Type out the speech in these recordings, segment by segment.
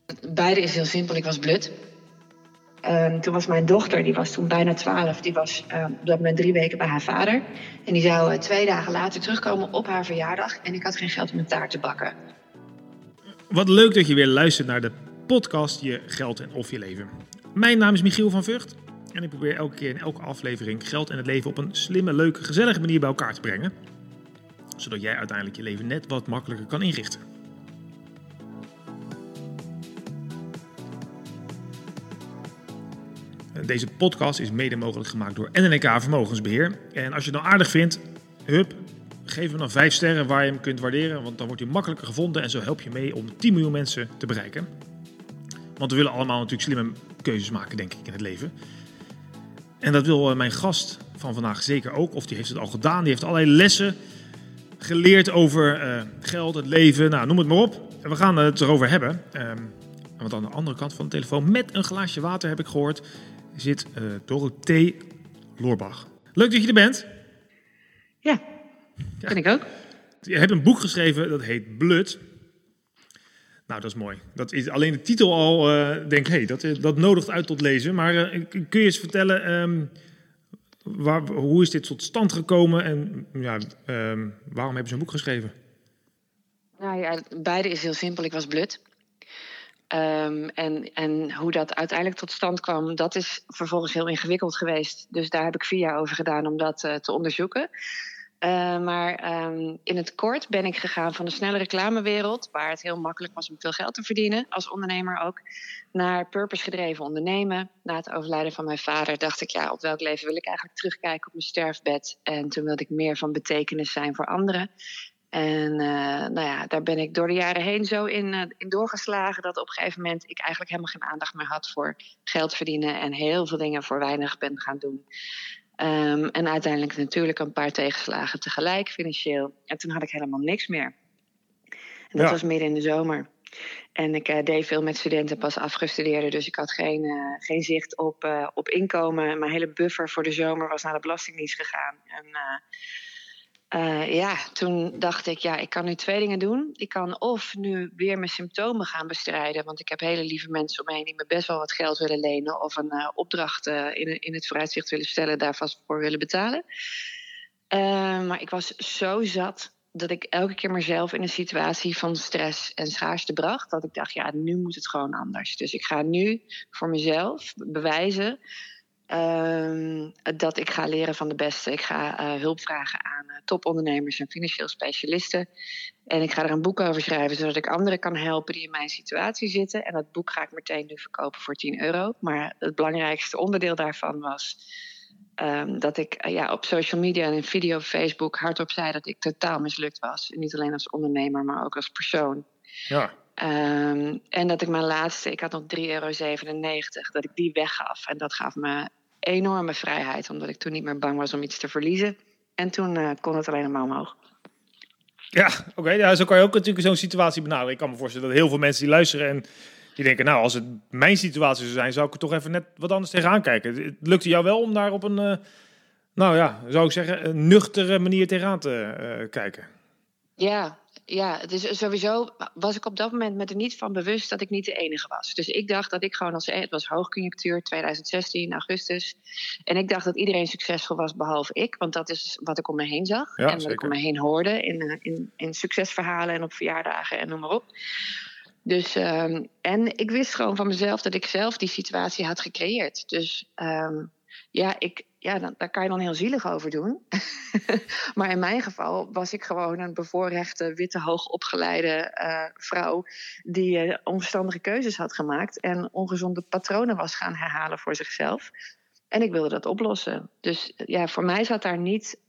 Beide is heel simpel. Ik was blut. Toen was mijn dochter, die was toen bijna 12, die was op dat moment 3 weken bij haar vader. En die zou 2 dagen later terugkomen op haar verjaardag. En ik had geen geld om een taart te bakken. Wat leuk dat je weer luistert naar de podcast Je Geld en Of Je Leven. Mijn naam is Michiel van Vught. En ik probeer elke keer in elke aflevering geld en het leven op een slimme, leuke, gezellige manier bij elkaar te brengen. Zodat jij uiteindelijk je leven net wat makkelijker kan inrichten. Deze podcast is mede mogelijk gemaakt door NNK Vermogensbeheer. En als je het nou aardig vindt, geef hem dan 5 sterren waar je hem kunt waarderen. Want dan wordt hij makkelijker gevonden en zo help je mee om 10 miljoen mensen te bereiken. Want we willen allemaal natuurlijk slimme keuzes maken, denk ik, in het leven. En dat wil mijn gast van vandaag zeker ook. Of die heeft het al gedaan. Die heeft allerlei lessen geleerd over geld, het leven. Nou, noem het maar op. En we gaan het erover hebben. Want aan de andere kant van de telefoon, met een glaasje water heb ik gehoord, zit Dorothee Loorbach. Leuk dat je er bent. Ja, vind ik ook. Je hebt een boek geschreven, dat heet Blut. Nou, dat is mooi. Dat is alleen de titel al, denk ik, dat nodigt uit tot lezen. Maar kun je eens vertellen, hoe is dit tot stand gekomen en waarom heb je zo'n boek geschreven? Nou ja, beide is heel simpel. Ik was blut. En hoe dat uiteindelijk tot stand kwam, dat is vervolgens heel ingewikkeld geweest. Dus daar heb ik 4 jaar over gedaan om dat te onderzoeken. Maar in het kort ben ik gegaan van de snelle reclamewereld, waar het heel makkelijk was om veel geld te verdienen, als ondernemer ook, naar purpose-gedreven ondernemen. Na het overlijden van mijn vader dacht ik, op welk leven wil ik eigenlijk terugkijken op mijn sterfbed? En toen wilde ik meer van betekenis zijn voor anderen. En daar ben ik door de jaren heen zo in doorgeslagen dat op een gegeven moment ik eigenlijk helemaal geen aandacht meer had voor geld verdienen en heel veel dingen voor weinig ben gaan doen. En uiteindelijk natuurlijk een paar tegenslagen tegelijk financieel. En toen had ik helemaal niks meer. En dat was midden in de zomer. En ik deed veel met studenten, pas afgestudeerden. Dus ik had geen zicht op inkomen. Mijn hele buffer voor de zomer was naar de Belastingdienst gegaan. Toen dacht ik, ik kan nu 2 dingen doen. Ik kan of nu weer mijn symptomen gaan bestrijden. Want ik heb hele lieve mensen om me heen die me best wel wat geld willen lenen. Of een opdracht in het vooruitzicht willen stellen, daar vast voor willen betalen. Maar ik was zo zat dat ik elke keer mezelf in een situatie van stress en schaarste bracht. Dat ik dacht, nu moet het gewoon anders. Dus ik ga nu voor mezelf bewijzen dat ik ga leren van de beste. Ik ga hulp vragen aan topondernemers en financieel specialisten. En ik ga er een boek over schrijven, zodat ik anderen kan helpen die in mijn situatie zitten. En dat boek ga ik meteen nu verkopen voor €10. Maar het belangrijkste onderdeel daarvan was dat ik op social media en in video op Facebook hardop zei dat ik totaal mislukt was. En niet alleen als ondernemer, maar ook als persoon. Ja. En dat ik mijn laatste, ik had nog €3,97, dat ik die weggaf. En dat gaf me enorme vrijheid, omdat ik toen niet meer bang was om iets te verliezen. En toen kon het alleen maar omhoog. Ja, oké. Zo kan je ook natuurlijk zo'n situatie benaderen. Ik kan me voorstellen dat heel veel mensen die luisteren en die denken, als het mijn situatie zou zijn, zou ik er toch even net wat anders tegenaan kijken. Het lukte jou wel om daar op een, zou ik zeggen, een nuchtere manier tegenaan te kijken. Ja, het is sowieso was ik op dat moment me er niet van bewust dat ik niet de enige was. Dus ik dacht dat ik gewoon het was hoogconjunctuur 2016, augustus. En ik dacht dat iedereen succesvol was behalve ik. Want dat is wat ik om me heen zag. En wat ik om me heen hoorde in succesverhalen en op verjaardagen en noem maar op. Dus, en ik wist gewoon van mezelf dat ik zelf die situatie had gecreëerd. Dus daar kan je dan heel zielig over doen. Maar in mijn geval was ik gewoon een bevoorrechte, witte, hoogopgeleide vrouw die onverstandige keuzes had gemaakt en ongezonde patronen was gaan herhalen voor zichzelf. En ik wilde dat oplossen. Dus voor mij zat daar niet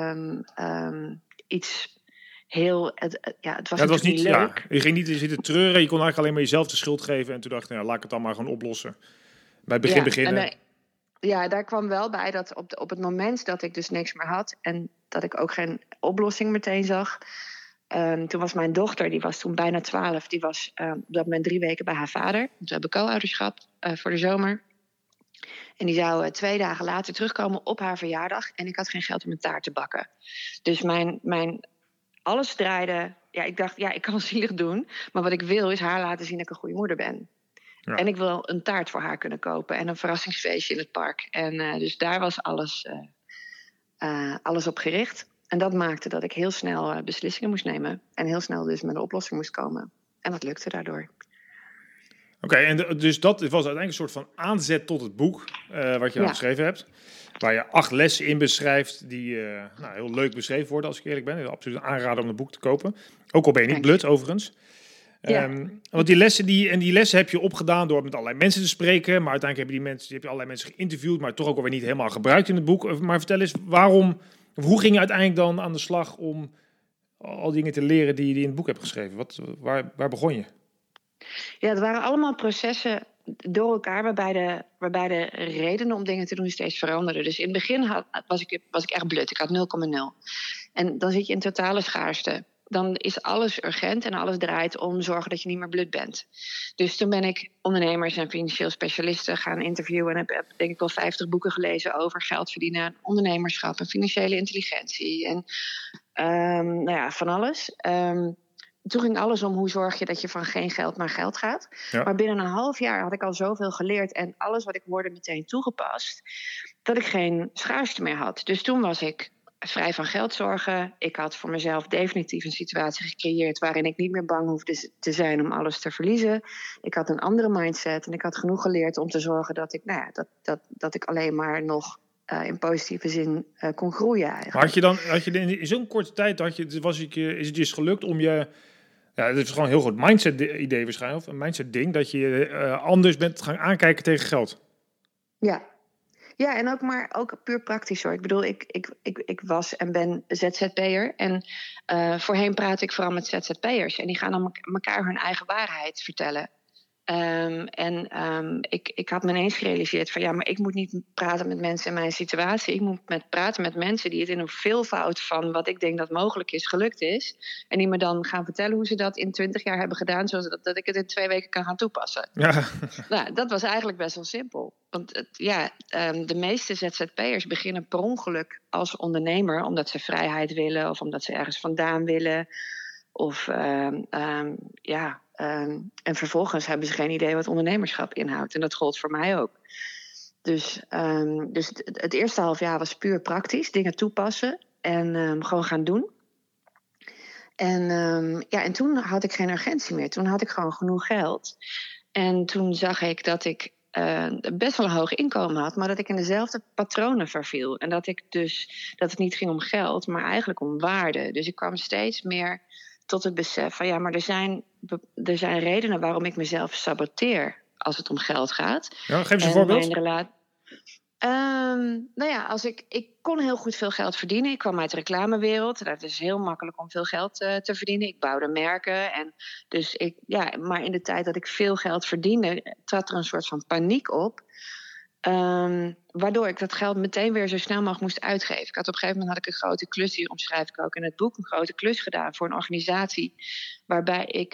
iets heel. Het was niet leuk. Je ging niet zitten treuren, je kon eigenlijk alleen maar jezelf de schuld geven. En toen dacht ik, laat ik het dan maar gewoon oplossen. Bij het begin beginnen. Daar kwam wel bij dat op het moment dat ik dus niks meer had en dat ik ook geen oplossing meteen zag. Toen was mijn dochter, die was toen bijna 12, die was op dat moment 3 weken bij haar vader. We hebben co-ouderschap voor de zomer. En die zou 2 dagen later terugkomen op haar verjaardag. En ik had geen geld om een taart te bakken. Dus mijn alles draaide ik dacht, ik kan zielig doen. Maar wat ik wil is haar laten zien dat ik een goede moeder ben. Ja. En ik wil een taart voor haar kunnen kopen. En een verrassingsfeestje in het park. En dus daar was alles op gericht. En dat maakte dat ik heel snel beslissingen moest nemen. En heel snel dus met een oplossing moest komen. En dat lukte daardoor. Oké, en dus dat was uiteindelijk een soort van aanzet tot het boek wat je geschreven hebt. Waar je 8 lessen in beschrijft die heel leuk beschreven worden, als ik eerlijk ben. Absoluut een aanrader om het boek te kopen. Ook al ben je niet blut, overigens. Ja. Want die lessen heb je opgedaan door met allerlei mensen te spreken. Maar uiteindelijk heb je allerlei mensen geïnterviewd, maar toch ook alweer niet helemaal gebruikt in het boek. Maar vertel eens, hoe ging je uiteindelijk dan aan de slag om al dingen te leren die je in het boek hebt geschreven? Waar begon je? Ja, het waren allemaal processen door elkaar waarbij de redenen om dingen te doen steeds veranderden. Dus in het begin was ik echt blut. Ik had 0,0. En dan zit je in totale schaarste. Dan is alles urgent en alles draait om zorgen dat je niet meer blut bent. Dus toen ben ik ondernemers en financieel specialisten gaan interviewen. En heb denk ik wel 50 boeken gelezen over geld verdienen, ondernemerschap en financiële intelligentie. En van alles. Toen ging alles om hoe zorg je dat je van geen geld naar geld gaat. Ja. Maar binnen een half jaar had ik al zoveel geleerd en alles wat ik hoorde meteen toegepast, dat ik geen schaarste meer had. Dus toen was ik vrij van geldzorgen. Ik had voor mezelf definitief een situatie gecreëerd waarin ik niet meer bang hoefde te zijn om alles te verliezen. Ik had een andere mindset en ik had genoeg geleerd om te zorgen dat ik, dat ik alleen maar nog in positieve zin kon groeien eigenlijk. Maar had je in zo'n korte tijd, is het dus gelukt om je... Ja, het is gewoon een heel goed mindset-idee waarschijnlijk, of een mindset-ding, dat je anders bent gaan aankijken tegen geld. Ja, en ook puur praktisch hoor. Ik bedoel, ik was en ben ZZP'er. En voorheen praat ik vooral met ZZP'ers. En die gaan dan elkaar hun eigen waarheid vertellen. Ik had me ineens gerealiseerd van maar ik moet niet praten met mensen in mijn situatie. Ik moet praten met mensen die het in een veelvoud van wat ik denk dat mogelijk is, gelukt is. En die me dan gaan vertellen hoe ze dat in 20 jaar hebben gedaan, zodat ik het in 2 weken kan gaan toepassen. Ja. Nou, dat was eigenlijk best wel simpel. Want de meeste ZZP'ers beginnen per ongeluk als ondernemer omdat ze vrijheid willen of omdat ze ergens vandaan willen. En vervolgens hebben ze geen idee wat ondernemerschap inhoudt. En dat gold voor mij ook. Dus het eerste half jaar was puur praktisch. Dingen toepassen en gewoon gaan doen. En toen had ik geen urgentie meer. Toen had ik gewoon genoeg geld. En toen zag ik dat ik best wel een hoog inkomen had, maar dat ik in dezelfde patronen verviel. En dat het niet ging om geld, maar eigenlijk om waarde. Dus ik kwam steeds meer tot het besef van maar er zijn redenen waarom ik mezelf saboteer als het om geld gaat. Ja, geef eens een voorbeeld. Ik kon heel goed veel geld verdienen. Ik kwam uit de reclamewereld. Dat is heel makkelijk om veel geld te verdienen. Ik bouwde merken. En dus maar in de tijd dat ik veel geld verdiende, trad er een soort van paniek op. Waardoor ik dat geld meteen weer zo snel mogelijk moest uitgeven. Op een gegeven moment had ik een grote klus, die omschrijf ik ook in het boek, een grote klus gedaan voor een organisatie waarbij ik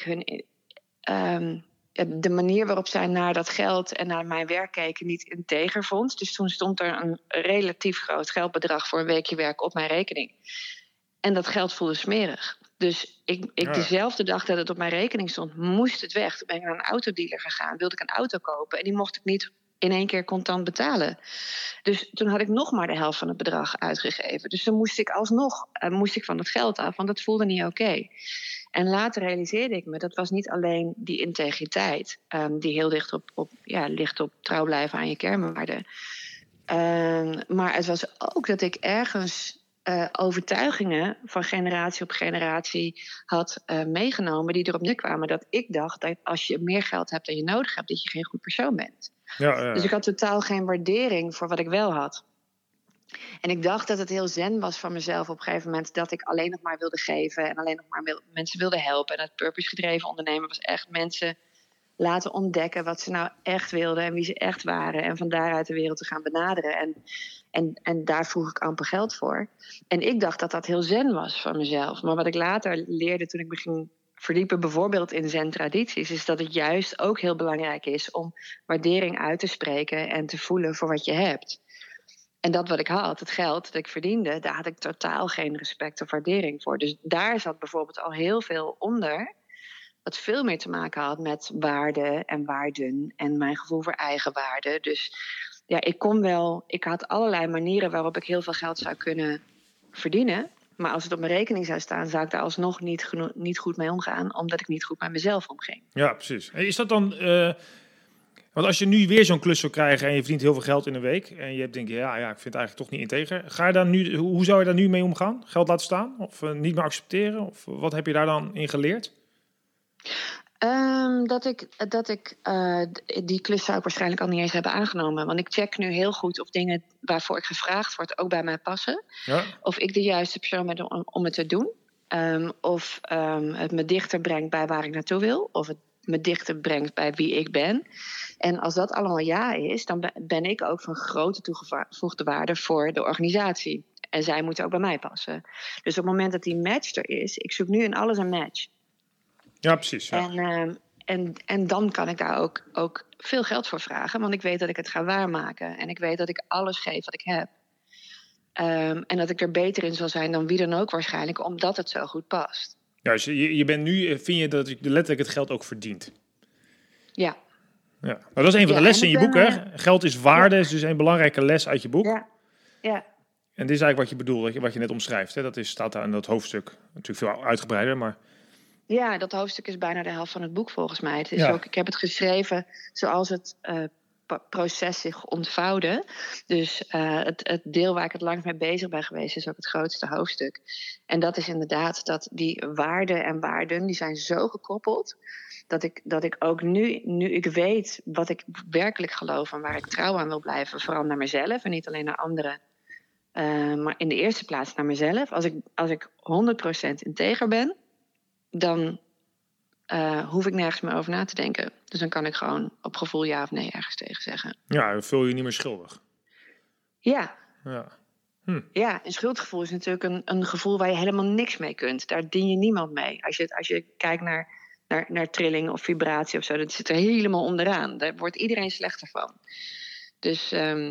de manier waarop zij naar dat geld en naar mijn werk keken niet integer vond. Dus toen stond er een relatief groot geldbedrag voor een weekje werk op mijn rekening. En dat geld voelde smerig. Dus ik dezelfde dag dat het op mijn rekening stond, moest het weg. Toen ben ik naar een autodealer gegaan, wilde ik een auto kopen en die mocht ik niet in 1 keer contant betalen. Dus toen had ik nog maar de helft van het bedrag uitgegeven. Dus toen moest ik alsnog van het geld af, want dat voelde niet oké. En later realiseerde ik me, dat was niet alleen die integriteit, die heel ligt op trouw blijven aan je kernwaarden. Maar het was ook dat ik ergens overtuigingen van generatie op generatie had meegenomen die erop neerkwamen dat ik dacht dat als je meer geld hebt dan je nodig hebt, dat je geen goed persoon bent. Ja. Dus ik had totaal geen waardering voor wat ik wel had. En ik dacht dat het heel zen was van mezelf op een gegeven moment, dat ik alleen nog maar wilde geven en alleen nog maar mensen wilde helpen. En het purpose-gedreven ondernemen was echt mensen laten ontdekken wat ze nou echt wilden en wie ze echt waren. En van daaruit de wereld te gaan benaderen. En daar vroeg ik amper geld voor. En ik dacht dat dat heel zen was van mezelf. Maar wat ik later leerde toen ik me ging verdiepen, bijvoorbeeld in zen-tradities, is dat het juist ook heel belangrijk is om waardering uit te spreken en te voelen voor wat je hebt. En dat wat ik had, het geld dat ik verdiende, daar had ik totaal geen respect of waardering voor. Dus daar zat bijvoorbeeld al heel veel onder, wat veel meer te maken had met waarde en waarden en mijn gevoel voor eigenwaarde. Dus ja, ik had allerlei manieren waarop ik heel veel geld zou kunnen verdienen. Maar als het op mijn rekening zou staan, zou ik daar alsnog niet goed mee omgaan, omdat ik niet goed met mezelf omging. Ja, precies. Hey, is dat dan... want als je nu weer zo'n klus zou krijgen en je verdient heel veel geld in een week en je denkt, ik vind het eigenlijk toch niet integer. Ga je daar nu, hoe zou je daar nu mee omgaan? Geld laten staan? Of niet meer accepteren? Of wat heb je daar dan in geleerd? Die klus zou ik waarschijnlijk al niet eens hebben aangenomen. Want ik check nu heel goed of dingen waarvoor ik gevraagd word ook bij mij passen. Ja. Of ik de juiste persoon ben om het te doen. Of het me dichter brengt bij waar ik naartoe wil. Of het me dichter brengt bij wie ik ben. En als dat allemaal ja is, dan ben ik ook van grote toegevoegde waarde voor de organisatie. En zij moeten ook bij mij passen. Dus op het moment dat die match er is, ik zoek nu in alles een match. Ja, precies. Ja. En dan kan ik daar ook veel geld voor vragen. Want ik weet dat ik het ga waarmaken. En ik weet dat ik alles geef wat ik heb. En dat ik er beter in zal zijn dan wie dan ook waarschijnlijk. Omdat het zo goed past. Ja, dus je bent nu, vind je dat je letterlijk het geld ook verdient? Ja. Ja. Maar dat is een van de lessen in je boek, hè? Geld is waarde, is dus een belangrijke les uit je boek. Ja. En dit is eigenlijk wat je bedoelt, wat je net omschrijft. Hè? Dat staat daar in dat hoofdstuk natuurlijk veel uitgebreider, maar... Ja, dat hoofdstuk is bijna de helft van het boek volgens mij. Het is ook, ik heb het geschreven zoals het proces zich ontvouwde. Dus het deel waar ik het langst mee bezig ben geweest is ook het grootste hoofdstuk. En dat is inderdaad dat die waarden en waarden, die zijn zo gekoppeld... Dat ik ook nu ik weet wat ik werkelijk geloof en waar ik trouw aan wil blijven... vooral naar mezelf en niet alleen naar anderen... maar in de eerste plaats naar mezelf. Als ik 100% integer ben... dan hoef ik nergens meer over na te denken. Dus dan kan ik gewoon op gevoel ja of nee ergens tegen zeggen. Ja, dan voel je je niet meer schuldig. Ja. Ja, en schuldgevoel is natuurlijk een gevoel waar je helemaal niks mee kunt. Daar dien je niemand mee. Als je kijkt naar trilling of vibratie of zo, dat zit er helemaal onderaan. Daar wordt iedereen slechter van. Dus...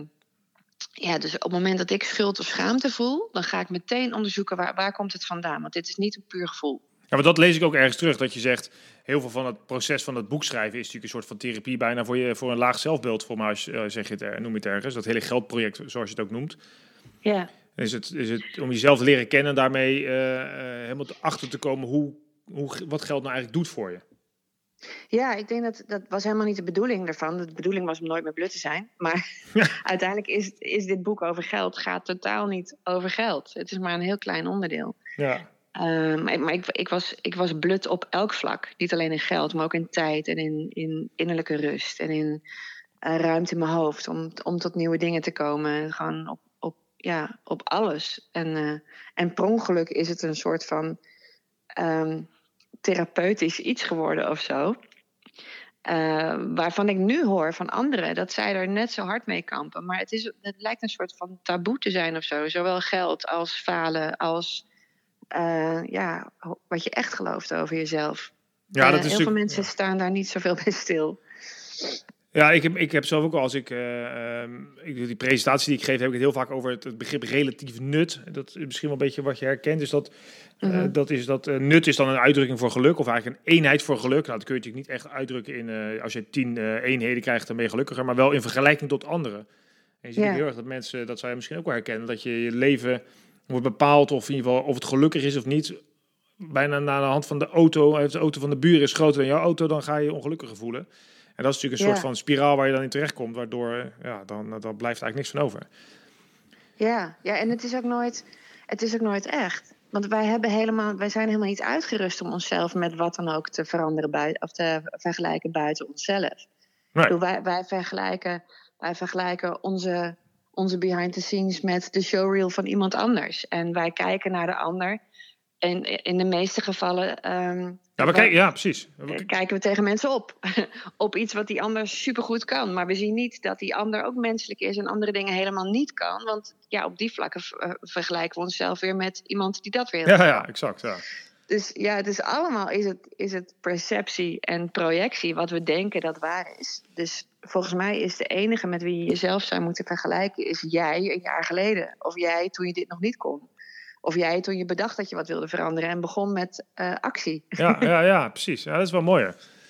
dus op het moment dat ik schuld of schaamte voel... dan ga ik meteen onderzoeken waar komt het vandaan. Want dit is niet een puur gevoel. Ja, maar dat lees ik ook ergens terug. Dat je zegt, heel veel van het proces van het boek schrijven... is natuurlijk een soort van therapie bijna voor een laag zelfbeeld. Voor mij noem je het ergens. Dat hele geldproject, zoals je het ook noemt. Ja. Is het om jezelf te leren kennen... en daarmee helemaal achter te komen... wat geld nou eigenlijk doet voor je. Ja, ik denk dat was helemaal niet de bedoeling ervan. De bedoeling was om nooit meer blut te zijn. Maar uiteindelijk is dit boek over geld... gaat totaal niet over geld. Het is maar een heel klein onderdeel. Ja. Maar ik was blut op elk vlak. Niet alleen in geld, maar ook in tijd en in innerlijke rust. En in ruimte in mijn hoofd om tot nieuwe dingen te komen. Gewoon op alles. En per ongeluk is het een soort van... therapeutisch iets geworden of zo. Waarvan ik nu hoor van anderen dat zij er net zo hard mee kampen. Maar het lijkt een soort van taboe te zijn of zo. Zowel geld als falen als wat je echt gelooft over jezelf. Ja, dat is heel veel mensen staan daar niet zoveel bij stil. Ja, ik heb zelf ook al, als ik die presentatie die ik geef, heb ik het heel vaak over het begrip relatief nut. Dat is misschien wel een beetje wat je herkent. Dus nut is dan een uitdrukking voor geluk, of eigenlijk een eenheid voor geluk. Nou, dat kun je natuurlijk niet echt uitdrukken in, als je 10 eenheden krijgt, dan ben je gelukkiger, maar wel in vergelijking tot anderen. En je ziet heel erg dat mensen, dat zou je misschien ook wel herkennen, dat je leven wordt bepaald, of in ieder geval of het gelukkig is of niet, bijna naar de hand van de auto. De auto van de buren is groter dan jouw auto, dan ga je je ongelukkiger voelen. En dat is natuurlijk een soort van spiraal waar je dan in terechtkomt, waardoor dan blijft eigenlijk niks van over. Ja, en het is ook nooit echt. Want wij zijn helemaal niet uitgerust om onszelf met wat dan ook te veranderen of te vergelijken buiten onszelf. Nee. Wij vergelijken onze behind the scenes met de showreel van iemand anders. En wij kijken naar de ander. En in de meeste gevallen precies. Kijken we tegen mensen op. Op iets wat die ander supergoed kan. Maar we zien niet dat die ander ook menselijk is en andere dingen helemaal niet kan. Want op die vlakken vergelijken we onszelf weer met iemand die dat weer kan. Ja, exact. Ja. Dus allemaal is het perceptie en projectie wat we denken dat waar is. Dus volgens mij is de enige met wie je jezelf zou moeten vergelijken... is jij een jaar geleden. Of jij toen je dit nog niet kon. Of jij toen je bedacht dat je wat wilde veranderen... en begon met actie. Ja, precies. Ja, dat is wel mooi.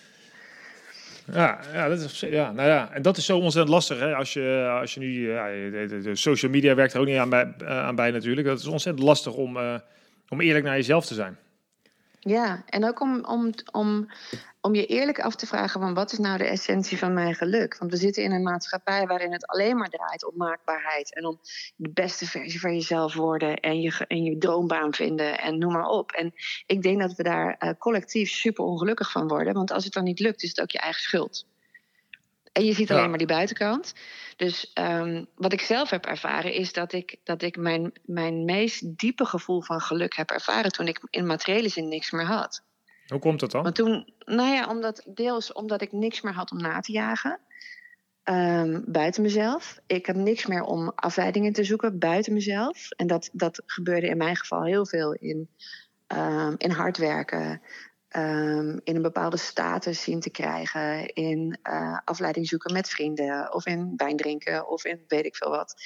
Ja, dat is, nou ja, en dat is zo ontzettend lastig. Hè? Als je nu... de social media werkt er ook niet aan bij natuurlijk. Dat is ontzettend lastig om eerlijk naar jezelf te zijn. Ja, en ook om je eerlijk af te vragen... van wat is nou de essentie van mijn geluk? Want we zitten in een maatschappij waarin het alleen maar draait... om maakbaarheid en om de beste versie van jezelf worden... en je droombaan vinden en noem maar op. En ik denk dat we daar collectief super ongelukkig van worden. Want als het dan niet lukt, is het ook je eigen schuld. En je ziet alleen maar die buitenkant. Dus wat ik zelf heb ervaren is dat ik mijn meest diepe gevoel van geluk heb ervaren... toen ik in materiële zin niks meer had. Hoe komt dat dan? Want toen, deels omdat ik niks meer had om na te jagen. Buiten mezelf. Ik had niks meer om afleidingen te zoeken buiten mezelf. En dat gebeurde in mijn geval heel veel in hard werken... in een bepaalde status zien te krijgen... in afleiding zoeken met vrienden... of in wijn drinken of in weet ik veel wat.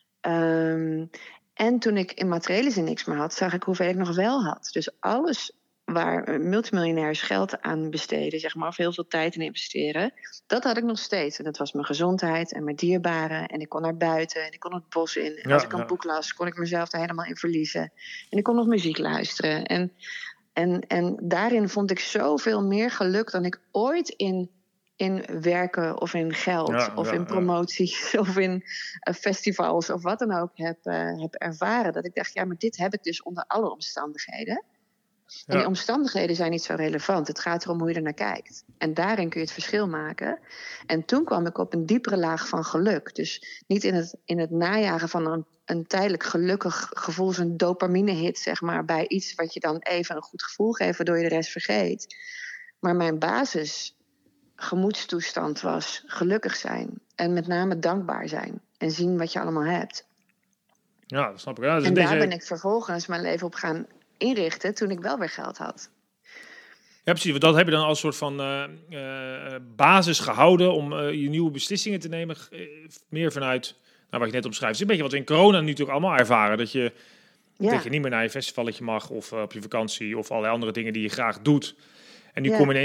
En toen ik in materiële zin niks meer had... zag ik hoeveel ik nog wel had. Dus alles waar multimiljonairs geld aan besteden... zeg maar, of heel veel tijd in investeren... dat had ik nog steeds. En dat was mijn gezondheid en mijn dierbaren. En ik kon naar buiten en ik kon het bos in. En als ik een boek las, kon ik mezelf er helemaal in verliezen. En ik kon nog muziek luisteren... En daarin vond ik zoveel meer geluk dan ik ooit in werken of in geld of in promoties of in festivals of wat dan ook heb ervaren. Dat ik dacht, ja, maar dit heb ik dus onder alle omstandigheden. En die omstandigheden zijn niet zo relevant. Het gaat erom hoe je er naar kijkt. En daarin kun je het verschil maken. En toen kwam ik op een diepere laag van geluk. Dus niet in het najagen van een tijdelijk gelukkig gevoel, zo'n dopamine-hit, zeg maar, bij iets wat je dan even een goed gevoel geeft, waardoor je de rest vergeet. Maar mijn basis gemoedstoestand was gelukkig zijn. En met name dankbaar zijn. En zien wat je allemaal hebt. Ja, dat snap ik. Ja, dus en daar ben ik vervolgens mijn leven op gaan inrichten toen ik wel weer geld had. Ja, precies. Dat heb je dan als soort van basis gehouden om je nieuwe beslissingen te nemen. Meer vanuit, wat je net omschrijft. Het is een beetje wat we in corona nu natuurlijk allemaal ervaren. Dat je niet meer naar je festivalletje mag of op je vakantie of allerlei andere dingen die je graag doet. En nu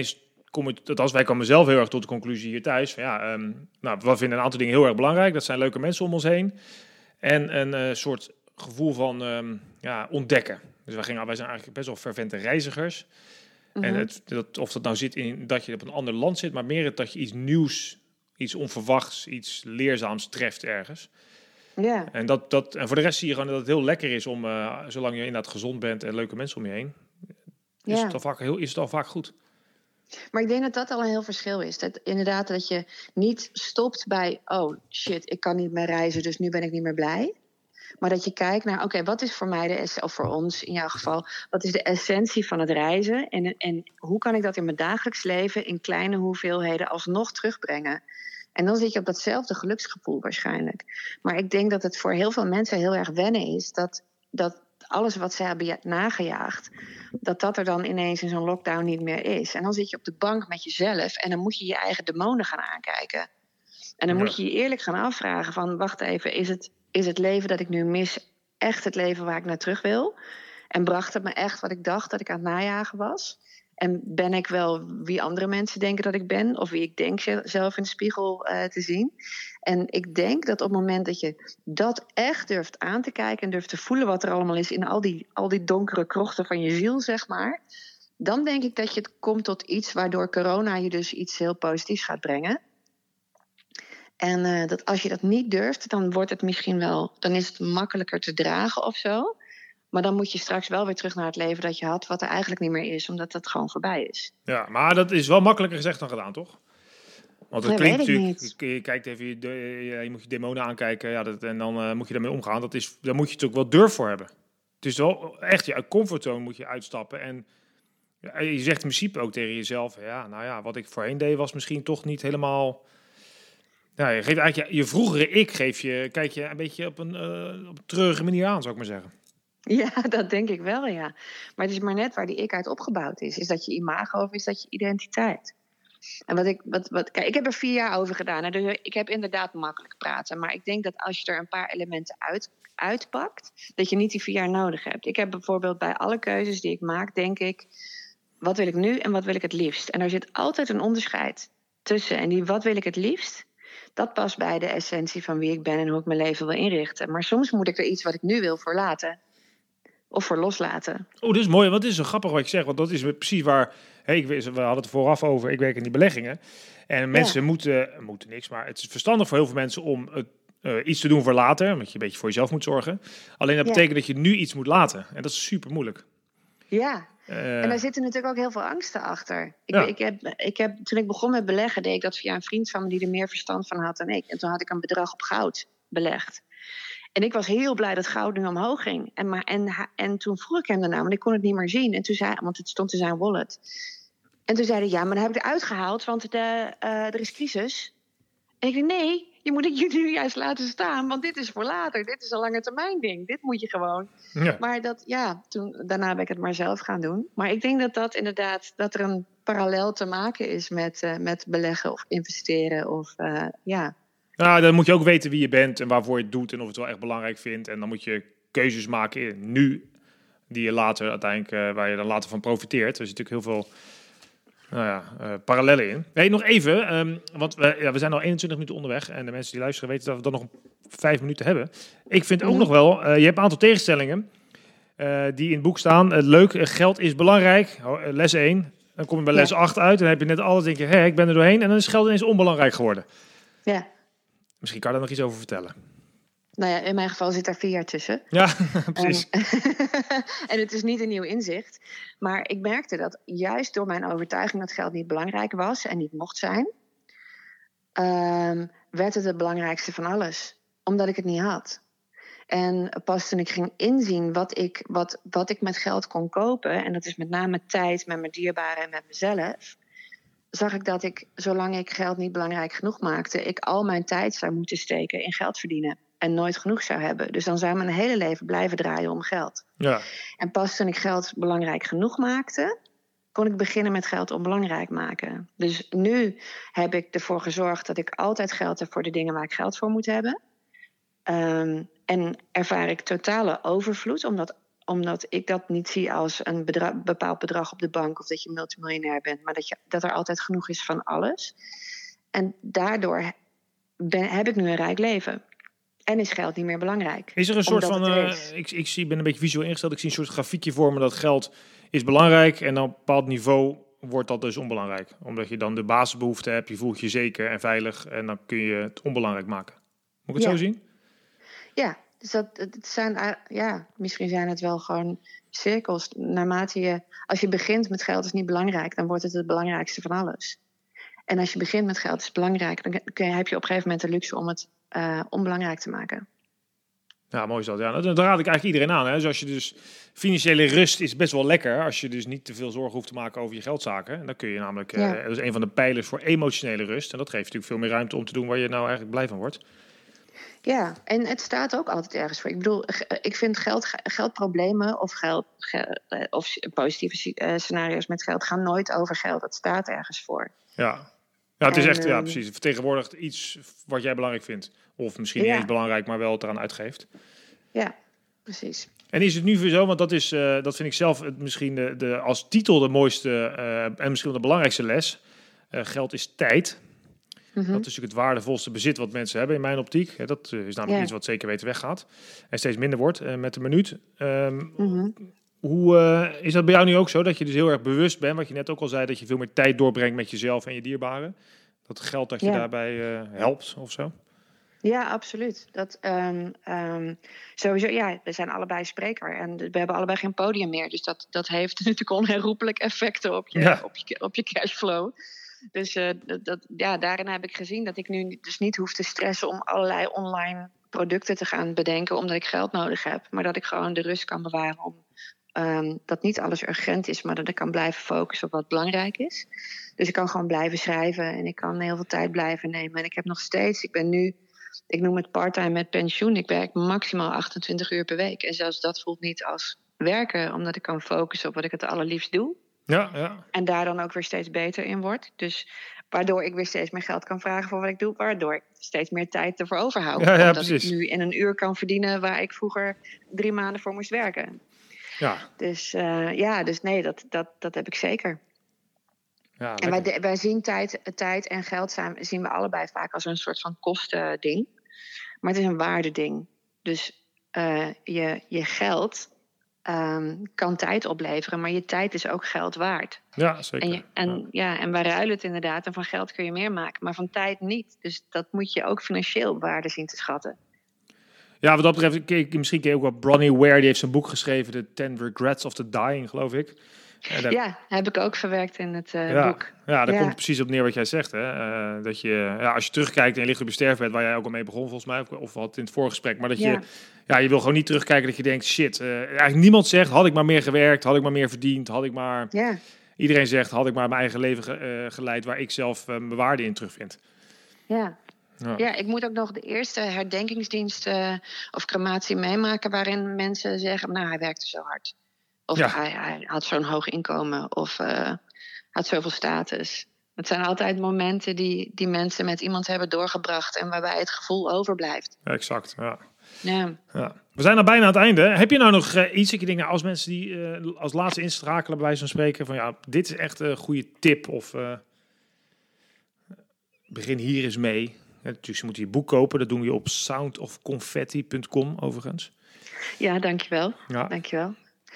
wij kwamen zelf heel erg tot de conclusie hier thuis. Van, we vinden een aantal dingen heel erg belangrijk. Dat zijn leuke mensen om ons heen. En een soort gevoel van ontdekken. Dus wij zijn eigenlijk best wel fervente reizigers. Mm-hmm. En of dat nou zit in dat je op een ander land zit, maar meer dat je iets nieuws, iets onverwachts, iets leerzaams treft ergens. Ja. En en voor de rest zie je gewoon dat het heel lekker is om, zolang je inderdaad gezond bent en leuke mensen om je heen, is het al vaak goed. Maar ik denk dat dat al een heel verschil is. Inderdaad dat je niet stopt bij, oh shit, ik kan niet meer reizen, dus nu ben ik niet meer blij. Maar dat je kijkt naar, oké, wat is voor mij of voor ons in jouw geval, wat is de essentie van het reizen? En hoe kan ik dat in mijn dagelijks leven in kleine hoeveelheden alsnog terugbrengen? En dan zit je op datzelfde geluksgevoel waarschijnlijk. Maar ik denk dat het voor heel veel mensen heel erg wennen is dat alles wat ze hebben nagejaagd, dat er dan ineens in zo'n lockdown niet meer is. En dan zit je op de bank met jezelf en dan moet je je eigen demonen gaan aankijken. En dan moet je je eerlijk gaan afvragen van, wacht even, is het leven dat ik nu mis echt het leven waar ik naar terug wil? En bracht het me echt wat ik dacht dat ik aan het najagen was? En ben ik wel wie andere mensen denken dat ik ben? Of wie ik denk zelf in de spiegel te zien? En ik denk dat op het moment dat je dat echt durft aan te kijken en durft te voelen wat er allemaal is in al die donkere krochten van je ziel, zeg maar, dan denk ik dat je het komt tot iets waardoor corona je dus iets heel positiefs gaat brengen. En dat als je dat niet durft, dan wordt het misschien wel, dan is het makkelijker te dragen of zo. Maar dan moet je straks wel weer terug naar het leven dat je had, wat er eigenlijk niet meer is, omdat dat gewoon voorbij is. Ja, maar dat is wel makkelijker gezegd dan gedaan, toch? Want het klinkt natuurlijk, je kijkt even, je moet je demonen aankijken, en dan moet je daarmee omgaan. Daar moet je natuurlijk wel durf voor hebben. Het is wel echt, je comfortzone moet je uitstappen. En je zegt in principe ook tegen jezelf, wat ik voorheen deed was misschien toch niet helemaal. Ja, je geeft eigenlijk je vroegere ik, kijk je een beetje op een treurige manier aan, zou ik maar zeggen. Ja, dat denk ik wel, ja. Maar het is maar net waar die ik uit opgebouwd is. Is dat je imago of is dat je identiteit? En kijk, ik heb er 4 jaar over gedaan. Hè, dus ik heb inderdaad makkelijk praten. Maar ik denk dat als je er een paar elementen uitpakt, dat je niet die 4 jaar nodig hebt. Ik heb bijvoorbeeld bij alle keuzes die ik maak, denk ik, wat wil ik nu en wat wil ik het liefst? En er zit altijd een onderscheid tussen. En die wat wil ik het liefst, dat past bij de essentie van wie ik ben en hoe ik mijn leven wil inrichten. Maar soms moet ik er iets wat ik nu wil voor laten. Of voor loslaten. Oh, dit is mooi, want dit is zo grappig wat je zegt. Want dat is precies waar... we hadden het vooraf over, ik werk in die beleggingen. En mensen moeten niks, maar het is verstandig voor heel veel mensen om iets te doen voor later. Want je een beetje voor jezelf moet zorgen. Alleen dat betekent dat je nu iets moet laten. En dat is super moeilijk. Ja, en daar zitten natuurlijk ook heel veel angsten achter. Ik heb, toen ik begon met beleggen, deed ik dat via een vriend van me die er meer verstand van had dan ik. En toen had ik een bedrag op goud belegd. En ik was heel blij dat goud nu omhoog ging. En toen vroeg ik hem daarna, want ik kon het niet meer zien. En toen want het stond in zijn wallet. En toen zei hij, ja, maar dan heb ik eruit gehaald, want er is crisis. En ik dacht, nee, je moet het je nu juist laten staan, want dit is voor later. Dit is een lange termijn ding. Dit moet je gewoon. Ja. Maar daarna ben ik het maar zelf gaan doen. Maar ik denk dat inderdaad, dat er een parallel te maken is met beleggen of investeren of Nou, dan moet je ook weten wie je bent en waarvoor je het doet en of het wel echt belangrijk vindt. En dan moet je keuzes maken nu die je later uiteindelijk, waar je dan later van profiteert. Er zit natuurlijk heel veel parallellen in. Nee, nog even, want we zijn al 21 minuten onderweg en de mensen die luisteren weten dat we dan nog 5 minuten hebben. Ik vind ook nog wel, je hebt een aantal tegenstellingen die in het boek staan. Leuk, geld is belangrijk, les 1. Dan kom je bij les 8 uit en dan heb je net alles, denk je, ik ben er doorheen. En dan is geld ineens onbelangrijk geworden. Ja. Misschien kan je daar nog iets over vertellen. Nou ja, in mijn geval zit daar 4 jaar tussen. Ja, precies. En het is niet een nieuw inzicht. Maar ik merkte dat juist door mijn overtuiging dat geld niet belangrijk was en niet mocht zijn, werd het belangrijkste van alles. Omdat ik het niet had. En pas toen ik ging inzien wat ik met geld kon kopen, en dat is met name tijd met mijn dierbaren en met mezelf, zag ik dat ik, zolang ik geld niet belangrijk genoeg maakte, ik al mijn tijd zou moeten steken in geld verdienen. En nooit genoeg zou hebben. Dus dan zou mijn hele leven blijven draaien om geld. Ja. En pas toen ik geld belangrijk genoeg maakte, kon ik beginnen met geld onbelangrijk maken. Dus nu heb ik ervoor gezorgd dat ik altijd geld heb voor de dingen waar ik geld voor moet hebben. En ervaar ik totale overvloed, omdat ik dat niet zie als een bepaald bedrag op de bank of dat je multimiljonair bent, maar dat er altijd genoeg is van alles. En daardoor heb ik nu een rijk leven. En is geld niet meer belangrijk. Is er een soort van, ik ben een beetje visueel ingesteld, ik zie een soort grafiekje voor me dat geld is belangrijk en op een bepaald niveau wordt dat dus onbelangrijk. Omdat je dan de basisbehoeften hebt, je voelt je zeker en veilig en dan kun je het onbelangrijk maken. Moet ik het zo zien? Ja, dus misschien zijn het wel gewoon cirkels. Naarmate als je begint met geld is niet belangrijk, dan wordt het belangrijkste van alles. En als je begint met geld is belangrijk, dan heb je op een gegeven moment de luxe om het onbelangrijk te maken. Ja, mooi is dat. Ja, dat raad ik eigenlijk iedereen aan. Hè. Dus als je dus financiële rust is best wel lekker als je dus niet te veel zorgen hoeft te maken over je geldzaken. En dan kun je namelijk, dat is een van de pijlers voor emotionele rust. En dat geeft natuurlijk veel meer ruimte om te doen waar je nou eigenlijk blij van wordt. Ja, en het staat ook altijd ergens voor. Ik bedoel, ik vind geldproblemen of positieve scenario's met geld gaan nooit over geld. Dat staat ergens voor. Ja, het is echt, precies. Het vertegenwoordigt iets wat jij belangrijk vindt. Of misschien niet eens belangrijk, maar wel het eraan uitgeeft. Ja, precies. En is het nu voor zo, want dat vind ik zelf misschien als titel de mooiste en misschien wel de belangrijkste les. Geld is tijd. Mm-hmm. Dat is natuurlijk het waardevolste bezit wat mensen hebben in mijn optiek. Dat is namelijk iets wat zeker weten weggaat. En steeds minder wordt met de minuut. Hoe is dat bij jou nu ook zo? Dat je dus heel erg bewust bent, wat je net ook al zei, dat je veel meer tijd doorbrengt met jezelf en je dierbaren. Dat geld dat je daarbij helpt of zo? Ja, absoluut. Sowieso, we zijn allebei spreker en we hebben allebei geen podium meer. Dus dat heeft natuurlijk onherroepelijk effecten op je cashflow. Dus daarin heb ik gezien dat ik nu dus niet hoef te stressen om allerlei online producten te gaan bedenken omdat ik geld nodig heb. Maar dat ik gewoon de rust kan bewaren om dat niet alles urgent is, maar dat ik kan blijven focussen op wat belangrijk is. Dus ik kan gewoon blijven schrijven en ik kan heel veel tijd blijven nemen. En ik heb nog steeds, ik noem het parttime met pensioen. Ik werk maximaal 28 uur per week. En zelfs dat voelt niet als werken, omdat ik kan focussen op wat ik het allerliefst doe. Ja. En daar dan ook weer steeds beter in word. Dus waardoor ik weer steeds meer geld kan vragen voor wat ik doe. Waardoor ik steeds meer tijd ervoor overhoud. Ja, omdat precies. ik nu in een uur kan verdienen waar ik vroeger 3 maanden voor moest werken. Ja. Dus nee, dat heb ik zeker. Ja, en wij zien tijd en geld zien we allebei vaak als een soort van kostending. Maar het is een waardeding. Dus je geld kan tijd opleveren, maar je tijd is ook geld waard. Ja, zeker. En wij ruilen het inderdaad. En van geld kun je meer maken, maar van tijd niet. Dus dat moet je ook financieel waarde zien te schatten. Ja, wat dat betreft, misschien ken je ook wel Bronnie Ware, die heeft zijn boek geschreven, The 10 Regrets of the Dying, geloof ik. Ja, heb ik ook verwerkt in het boek. Ja, daar komt het precies op neer wat jij zegt. Hè? Dat je, als je terugkijkt en je ligt op je sterfbed, waar jij ook al mee begon volgens mij, of had in het voorgesprek, maar dat je wil gewoon niet terugkijken dat je denkt, shit, eigenlijk niemand zegt, had ik maar meer gewerkt, had ik maar meer verdiend, had ik maar... Ja. Iedereen zegt, had ik maar mijn eigen leven geleid waar ik zelf mijn waarde in terugvind. Ja, ik moet ook nog de eerste herdenkingsdienst of crematie meemaken waarin mensen zeggen, nou, hij werkte zo hard. Of hij had zo'n hoog inkomen. Of had zoveel status. Het zijn altijd momenten die mensen met iemand hebben doorgebracht. En waarbij het gevoel overblijft. Ja, exact. Ja. We zijn al bijna aan het einde. Heb je nou nog iets dat je denkt, als mensen die als laatste inschakelen bij wijze van spreken. Van dit is echt een goede tip. Of begin hier eens mee. Dus je moet je boek kopen. Dat doen we op soundofconfetti.com overigens. Ja, dankjewel. Dankjewel.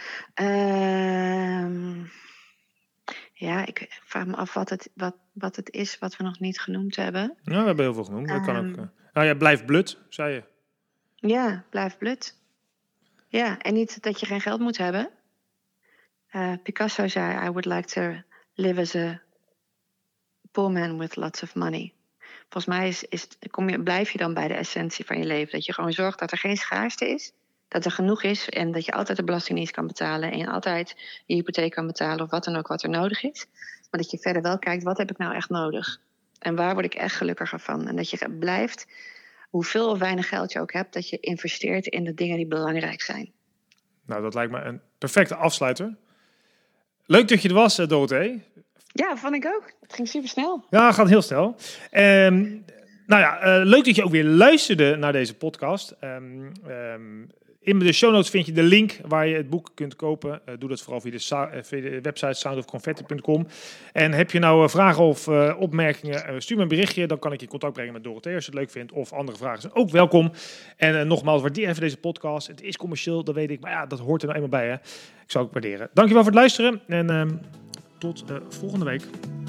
Ik vraag me af wat het is wat we nog niet genoemd hebben. Ja, we hebben heel veel genoemd. Dat kan ook. Blijf blut, zei je. Ja, blijf blut. Ja, en niet dat je geen geld moet hebben. Picasso zei, I would like to live as a poor man with lots of money. Volgens mij blijf je dan bij de essentie van je leven. Dat je gewoon zorgt dat er geen schaarste is. Dat er genoeg is en dat je altijd de belastingdienst kan betalen. En je altijd je hypotheek kan betalen of wat dan ook wat er nodig is. Maar dat je verder wel kijkt, wat heb ik nou echt nodig? En waar word ik echt gelukkiger van? En dat je blijft, hoeveel of weinig geld je ook hebt, dat je investeert in de dingen die belangrijk zijn. Nou, dat lijkt me een perfecte afsluiter. Leuk dat je er was, Dorothee. Ja, vond ik ook. Het ging super snel. Ja, het gaat heel snel. Leuk dat je ook weer luisterde naar deze podcast. In de show notes vind je de link waar je het boek kunt kopen. Doe dat vooral via de website soundofconfetti.com. En heb je nou vragen of opmerkingen, stuur me een berichtje. Dan kan ik je in contact brengen met Dorothee als je het leuk vindt. Of andere vragen zijn ook welkom. En nogmaals, waardeer even deze podcast. Het is commercieel, dat weet ik. Maar dat hoort er nou eenmaal bij. Hè. Ik zou het waarderen. Dankjewel voor het luisteren. En tot volgende week.